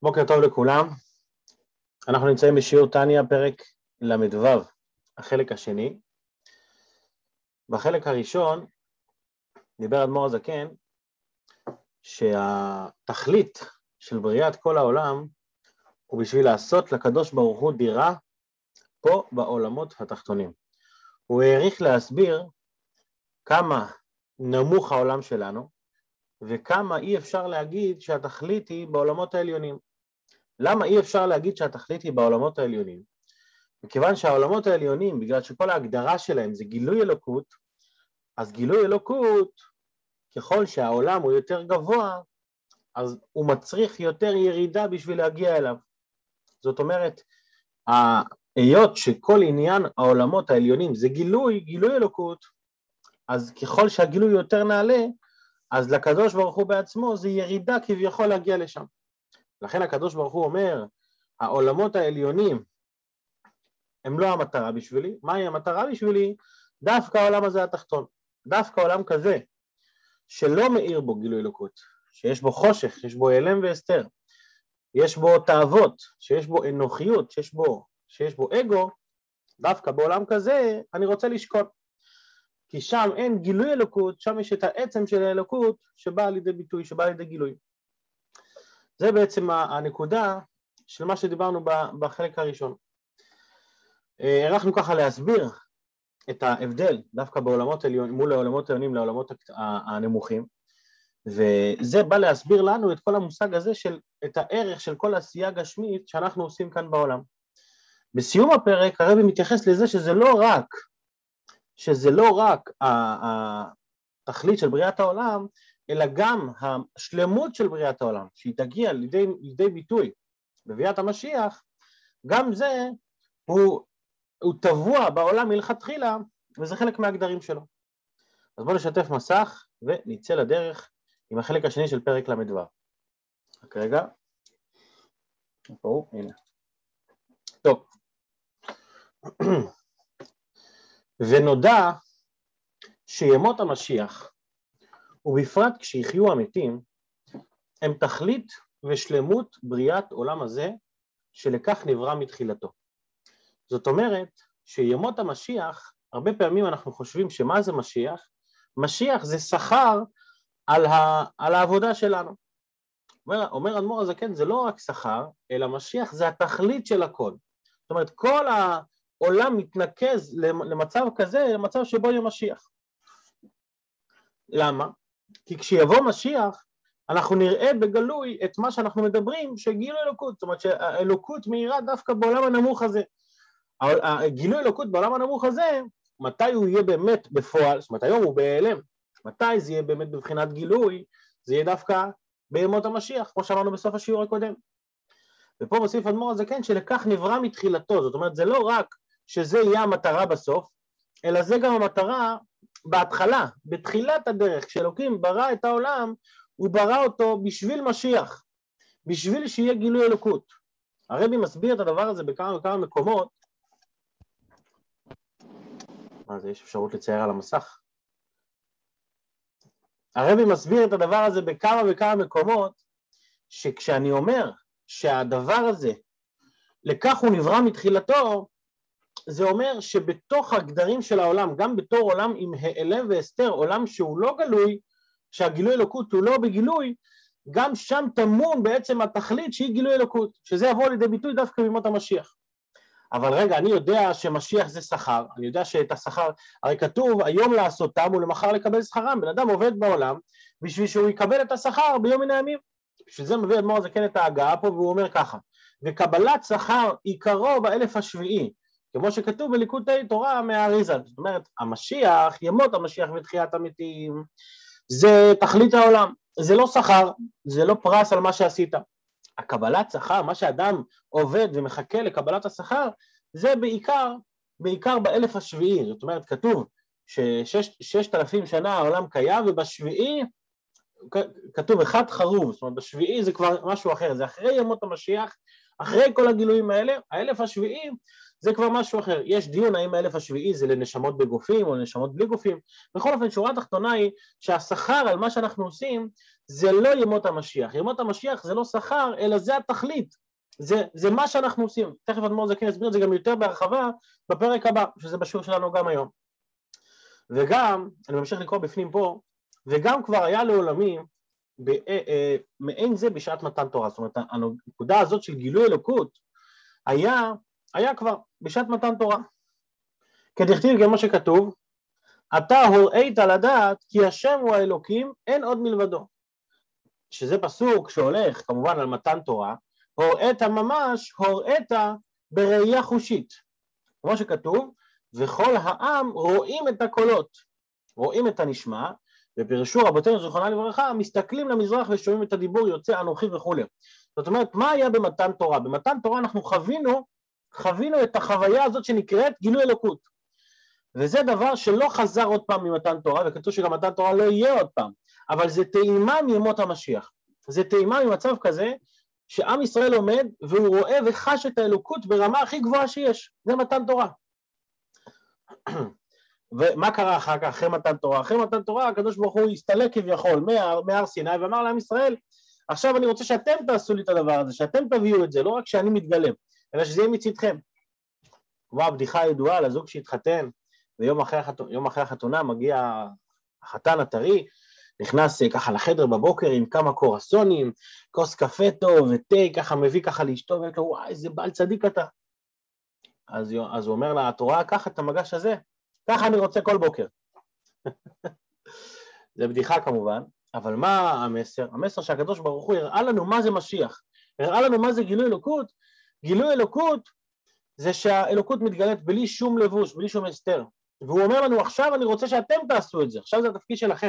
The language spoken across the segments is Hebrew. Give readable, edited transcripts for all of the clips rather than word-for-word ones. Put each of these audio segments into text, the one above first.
בוקר טוב לכולם, אנחנו נמצאים בשיעור תניא פרק ל"ו, החלק השני. בחלק הראשון דיבר אדמו"ר הזקן שהתכלית של בריאת כל העולם הוא בשביל לעשות לקדוש ברוך הוא דירה פה בעולמות התחתונים. הוא העריך להסביר כמה נמוך העולם שלנו וכמה אי אפשר להגיד שהתכלית היא בעולמות העליונים. למה אי אפשר להגיד שהתכלית היא בעולמות העליונים? מכיוון שהעולמות העליונים, בגלל שכל ההגדרה שלהם זה גילוי אלוקות, אז גילוי אלוקות, ככל שהעולם הוא יותר גבוה, אז הוא מצריך יותר ירידה בשביל להגיע אליו. זאת אומרת, היות שכל עניין העולמות העליונים זה גילוי אלוקות, אז ככל שהגילוי יותר נעלה, אז לקדוש ברוך הוא בעצמו זה ירידה כביכול להגיע לשם. לכן הקדוש ברוך הוא אומר, העולמות העליונים הם לא המטרה בשבילי. מהי המטרה בשבילי? דווקא העולם הזה התחתון. דווקא עולם כזה, שלא מאיר בו גילוי אלוקות, שיש בו חושך, שיש בו אלם והסתר, יש בו תאוות, שיש בו אנוכיות, שיש בו אגו, דווקא בעולם כזה אני רוצה לשכון. כי שם אין גילוי אלוקות, שם יש את העצם של האלוקות שבא לידי ביטוי, שבא לידי גילוי. זה בעצם הנקודה של מה שדיברנו בחלק הראשון. ערכנו ככה להסביר את ההבדל דווקא בעולמות העליונים, מול העולמות העליונים לעולמות הנמוכים, וזה בא להסביר לנו את כל המושג הזה את הערך של כל עשייה גשמית שאנחנו עושים כאן בעולם. בסיום הפרק הרבי מתייחס לזה שזה לא רק התכלית של בריאת העולם, אלא גם השלמות של בריאת העולם, שהיא תגיע לידי ביטוי בביאת המשיח, גם זה הוא טבוע בעולם מלכתחילה, וזה חלק מהגדרים שלו. אז בואו נשתף מסך ונצא לדרך עם החלק השני של פרק ל"ו. רק רגע. הנה. טוב. ונודע שימות המשיח, ובפרט כשיחיו המתים, הם תכלית ושלמות בריאת עולם הזה, שלכך נברא מתחילתו. זאת אומרת, שימות המשיח, הרבה פעמים אנחנו חושבים שמה זה משיח? משיח זה שכר על העבודה שלנו. אומר אדמו"ר הזקן, זה לא רק שכר, אלא משיח זה התכלית של הכל. זאת אומרת, כל העולם מתנקז למצב כזה, למצב שבו יהיה משיח. למה? כי כשיבוא משיח, אנחנו נראה בגלוי את מה שאנחנו מדברים, שגילוי אלוקות, זאת אומרת שהאלוקות מאירה דווקא בעולם הנמוך הזה. הגילוי אלוקות בעולם הנמוך הזה, מתי הוא יהיה באמת בפועל, זאת אומרת היום הוא בהיעלם, מתי זה יהיה באמת בבחינת גילוי, זה יהיה דווקא בימות המשיח, כמו שאמרנו בסוף השיעור הקודם. ופה מוסיף אדמו"ר הזקן שלכך נברא מתחילתו, זאת אומרת זה לא רק שזה יהיה המטרה בסוף, אלא זה גם המטרה בהתחלה, בתחילת הדרך, כשאלוקים ברא את העולם, הוא ברא אותו בשביל משיח, בשביל שיהיה גילוי אלוקות. הרבי מסביר את הדבר הזה בכמה וכמה מקומות. מה זה, יש אפשרות לצייר על המסך? הרבי מסביר את הדבר הזה בכמה וכמה מקומות, שכשאני אומר שהדבר הזה, לכך הוא נברא מתחילתו, זה אומר שבתוך הגדרים של העולם, גם בתור עולם עם העלם והסתר, עולם שהוא לא גלוי, שהגילוי אלוקות הוא לא בגילוי, גם שם תמון בעצם התכלית שהיא גילוי אלוקות, שזה יבוא לידי ביטוי דווקא בימות המשיח. אבל רגע, אני יודע שמשיח זה שכר, אני יודע שאת השכר, הרי כתוב היום לעשותם ולמחר לקבל שכרם, בן אדם עובד בעולם בשביל שהוא יקבל את השכר ביום מן הימים. בשביל זה מביא אדמו"ר הזקן את ההגעה פה והוא אומר ככה, וקבלת שכר עיקרו באלף השביעי, כמו שכתוב בליקוטי תורה מהאריזה. זאת אומרת, המשיח, ימות המשיח ותחיית המתים, זה תכלית העולם, זה לא שכר, זה לא פרס על מה שעשית. הקבלת שכר, מה שאדם עובד ומחכה לקבלת השכר, זה בעיקר באלף השביעי. זאת אומרת, כתוב ש6,000 שנה העולם קיים, ובשביעי כתוב אחד חרוב, זאת אומרת, בשביעי זה כבר משהו אחר, זה אחרי ימות המשיח, אחרי כל הגילויים האלה, האלף השביעי זה כבר משהו אחר. יש דיון האם האלף השביעי זה לנשמות בגופים או לנשמות בלי גופים. בכל אופן, שורה התחתונה היא שהשכר על מה שאנחנו עושים זה לא ימות המשיח. ימות המשיח זה לא שכר, אלא זה התכלית. זה מה שאנחנו עושים. תכף אדמו"ר זקן יסביר את זה גם יותר בהרחבה בפרק הבא, שזה בשיעור שלנו גם היום. וגם, אני ממשיך לקרוא בפנים פה, וגם כבר היה לעולמים מעין זה בשעת מתן תורה. זאת אומרת, הנקודה הזאת של גילוי אלוקות היה כבר בשעת מתן תורה. כדכתיב כמו שכתוב, אתה הוראית לדעת כי השם הוא האלוקים, אין עוד מלבדו. שזה פסוק שהולך כמובן על מתן תורה, הוראית ממש, הוראית בראייה חושית. כמו שכתוב, וכל העם רואים את הקולות, רואים את הנשמע, ופירשו רבותינו זיכרונם לברכה, מסתכלים למזרח ושומעים את הדיבור יוצא אנוכי וכו'. זאת אומרת, מה היה במתן תורה? במתן תורה אנחנו חווינו את החוויה הזאת שנקראת גילוי אלוקות. וזה דבר שלא חזר עוד פעם ממתן תורה, וכתוב שגם מתן תורה לא יהיה עוד פעם, אבל זה טעימה מימות המשיח. זה טעימה ממצב כזה, שעם ישראל עומד והוא רואה וחש את האלוקות ברמה הכי גבוהה שיש, זה מתן תורה. ומה קרה אחר כך, אחרי מתן תורה? אחרי מתן תורה הקדוש ברוך הוא הסתלק כביכול מהר סיני ואמר לעם ישראל, עכשיו אני רוצה שאתם תעשו לי את הדבר הזה, שאתם תביאו את זה, לא רק שאני מתגלם, אלא שזה יהיה מצדכם. כמו הבדיחה הידועה לזוג שהתחתן, ויום אחרי החתונה מגיע החתן הטרי, נכנס ככה לחדר בבוקר עם כמה קורסונים, כוס קפה טוב ותה, ככה מביא ככה לאשתו, ואומר לו, וואי, איזה בעל צדיק אתה. אז הוא אומר לה, את רואה ככה את המגש הזה? ככה אני רוצה כל בוקר. זה בדיחה כמובן, אבל מה המסר? המסר שהקדוש ברוך הוא הראה לנו מה זה משיח, הראה לנו מה זה גילוי אלוקות. גילוי אלוקות זה שהאלוקות מתגלית בלי שום לבוש, בלי שום הסתר. והוא אומר לנו, עכשיו אני רוצה שאתם תעשו את זה, עכשיו זה התפקיד שלכם.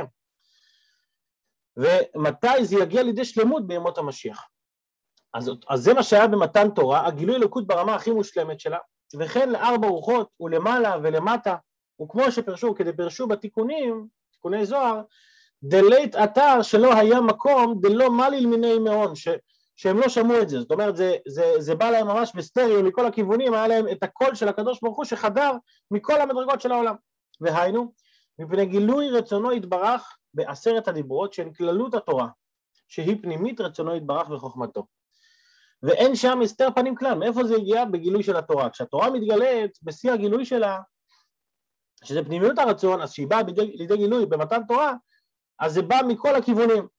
ומתי זה יגיע לידי שלמות בימות המשיח. אז זה מה שהיה במתן תורה, הגילוי אלוקות ברמה הכי מושלמת שלה, וכן לארבע רוחות ולמעלה ולמטה, וכמו שפרשו, כדי פרשו בתיקונים, תיקוני זוהר, דלית אתר שלא היה מקום, דלא מליל מיני מאון, שהם לא שמעו את זה. זאת אומרת, זה בא להם ממש בסטריאו, מכל הכיוונים, היה להם את הקול של הקדוש ברוך הוא שחדר מכל המדרגות של העולם. והיינו, מפני גילוי רצונו יתברך בעשרת הדיברות של כללות התורה, שהיא פנימית רצונו יתברך וחוכמתו. ואין שם הסתר פנים כלל. מאיפה זה הגיע? בגילוי של התורה. כשהתורה מתגלית בשיא הגילוי שלה, שזה פנימיות הרצון, אז שהיא באה לידי גילוי במתן תורה, אז זה בא מכל הכיוונים.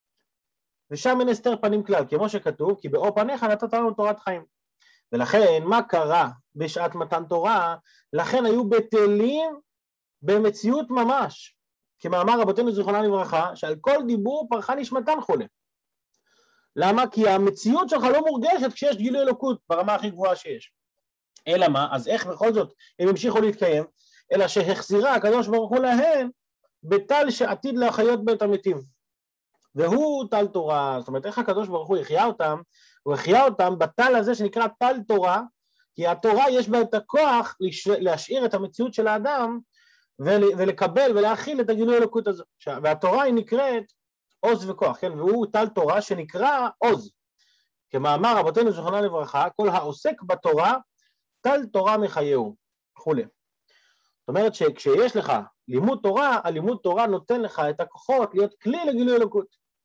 ושם אין הסתר פנים כלל, כמו שכתוב, כי באור פניך נתת לנו תורת חיים. ולכן, מה קרה בשעת מתן תורה? לכן היו בטלים במציאות ממש. כמאמר רבותינו זיכרונם לברכה, שעל כל דיבור פרחה נשמתם חולה. למה? כי המציאות שלך לא מורגשת כשיש גילוי אלוקות ברמה הכי גבוהה שיש. אלא מה? אז איך בכל זאת הם המשיכו להתקיים? אלא שהחזירה הקדוש ברוך הוא להן בטל שעתיד להחיות בית המתים. והוא טל תורה. זאת אומרת, איך הקדוש ברוך הוא החיה אותם? הוא החיה אותם בטל הזה שנקרא טל תורה, כי התורה יש בה את הכוח להשאיר את המציאות של האדם ולקבל ולהכיל את הגילוי אלוקות הזה. והתורה היא נקראת עוז וכוח, כן? והוא טל תורה שנקרא עוז. כמאמר רבותינו זיכרונם לברכה, כל העוסק בתורה, טל תורה מחייהו, וכולי. זאת אומרת שכשיש לך לימוד תורה, הלימוד תורה נותן לך את הכוחות להיות כלי לגילוי אלוקות.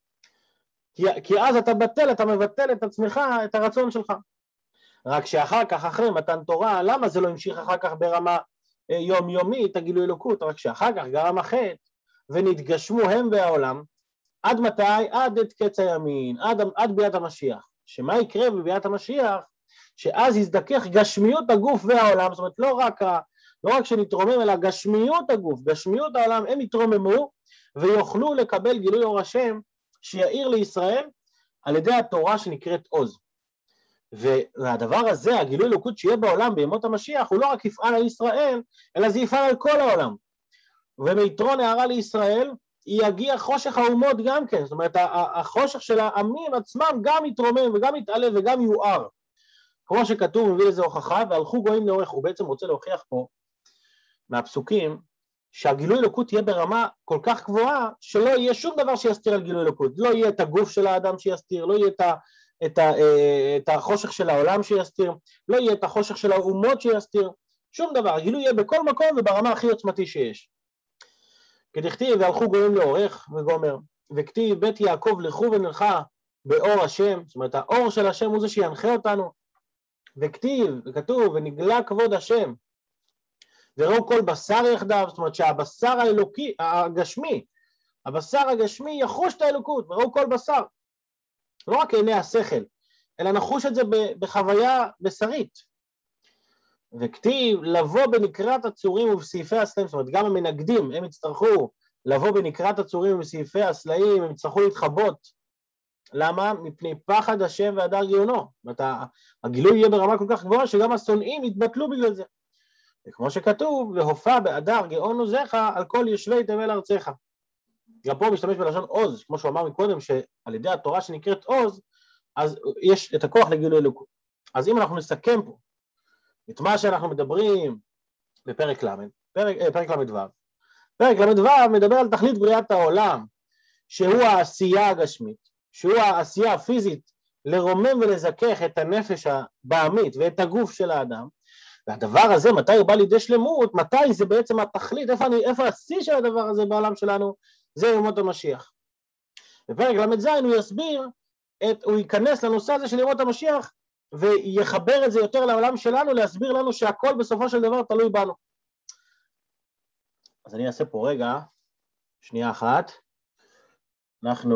כי אז אתה מבטל את עצמך, את הרצון שלך. רק שאחר כך, אחרי מתן תורה, למה זה לא המשיך אחר כך ברמה יומיומית, הגילוי אלוקות? רק שאחר כך גרם החטא, ונתגשמו הם והעולם, עד מתי? עד את קץ הימין, עד ביאת המשיח. שמה יקרה בביאת המשיח? שאז יזדכך גשמיות הגוף והעולם, זאת אומרת לא רק שנתרומם, אלא גשמיות הגוף, גשמיות העולם, הם יתרוממו ויוכלו לקבל גילוי אור השם שיעיר לישראל על ידי התורה שנקראת עוז. והדבר הזה, הגילוי אלוקות שיהיה בעולם בימות המשיח, הוא לא רק יפעל על ישראל, אלא זה יפעל על כל העולם. ומיתרון הערה לישראל, יגיע חושך האומות גם כן, זאת אומרת, החושך של העמים עצמם גם יתרומם וגם יתעלה וגם יואר. כמו שכתוב, מביא לזה הוכחה, והלכו גויים לאורך, הוא בעצם רוצה להוכיח פה, מהפסוקים, שהגילוי אלוקות יהיה ברמה כל כך גבוהה, שלא יהיה שום דבר שיסתיר על גילוי אלוקות, לא יהיה את הגוף של האדם שיסתיר, לא יהיה את החושך של העולם שיסתיר, לא יהיה את החושך של האומות שיסתיר, שום דבר, הגילוי יהיה בכל מקום וברמה הכי עוצמתי שיש. כדכתיב, והלכו גויים לאורך וגומר, וכתיב בית יעקב לכו ונלכה באור השם, זאת אומרת האור של השם הוא זה שינחה אותנו, וכתוב ונגלה כבוד השם, וראו כל בשר יחדיו, זאת אומרת שהבשר האלוקי, הבשר הגשמי יחוש את האלוקות, וראו כל בשר, לא רק עיני השכל, אלא נחוש את זה בחוויה בשרית. וכתיב לבוא בנקרת הצורים ובסעיפי הסלעים, זאת אומרת גם המנגדים הם יצטרכו לבוא בנקרת הצורים ובסעיפי הסלעים, הם יצטרכו להתחבות. למה? מפני פחד השם והדר גאונו. זאת אומרת הגילוי יהיה ברמה כל כך גבוהה שגם השונאים יתבטלו בגלל זה. וכמו שכתוב, והופע באדר גאון עוזך על כל יושבי תבל ארצך. גם פה משתמש בלשון עוז, כמו שהוא אמר מקודם, שעל ידי התורה שנקראת עוז, אז יש את הכוח לגילוי אלוקות. אז אם אנחנו נסכם פה את מה שאנחנו מדברים בפרק ל', פרק ל"ו. פרק ל"ו מדבר על תכלית בריאת העולם, שהוא העשייה הגשמית, שהוא העשייה הפיזית, לרומם ולזכך את הנפש הבעמית ואת הגוף של האדם, והדבר הזה, מתי הוא בא לידי שלמות, מתי זה בעצם התכלית, איפה השיא של הדבר הזה בעולם שלנו, זה ימות המשיח. בפרק ל"ז הוא ייכנס לנושא הזה של ימות המשיח, ויחבר את זה יותר לעולם שלנו, להסביר לנו שהכל בסופו של דבר תלוי בנו. אז אני אעשה פה רגע, שנייה אחת, אנחנו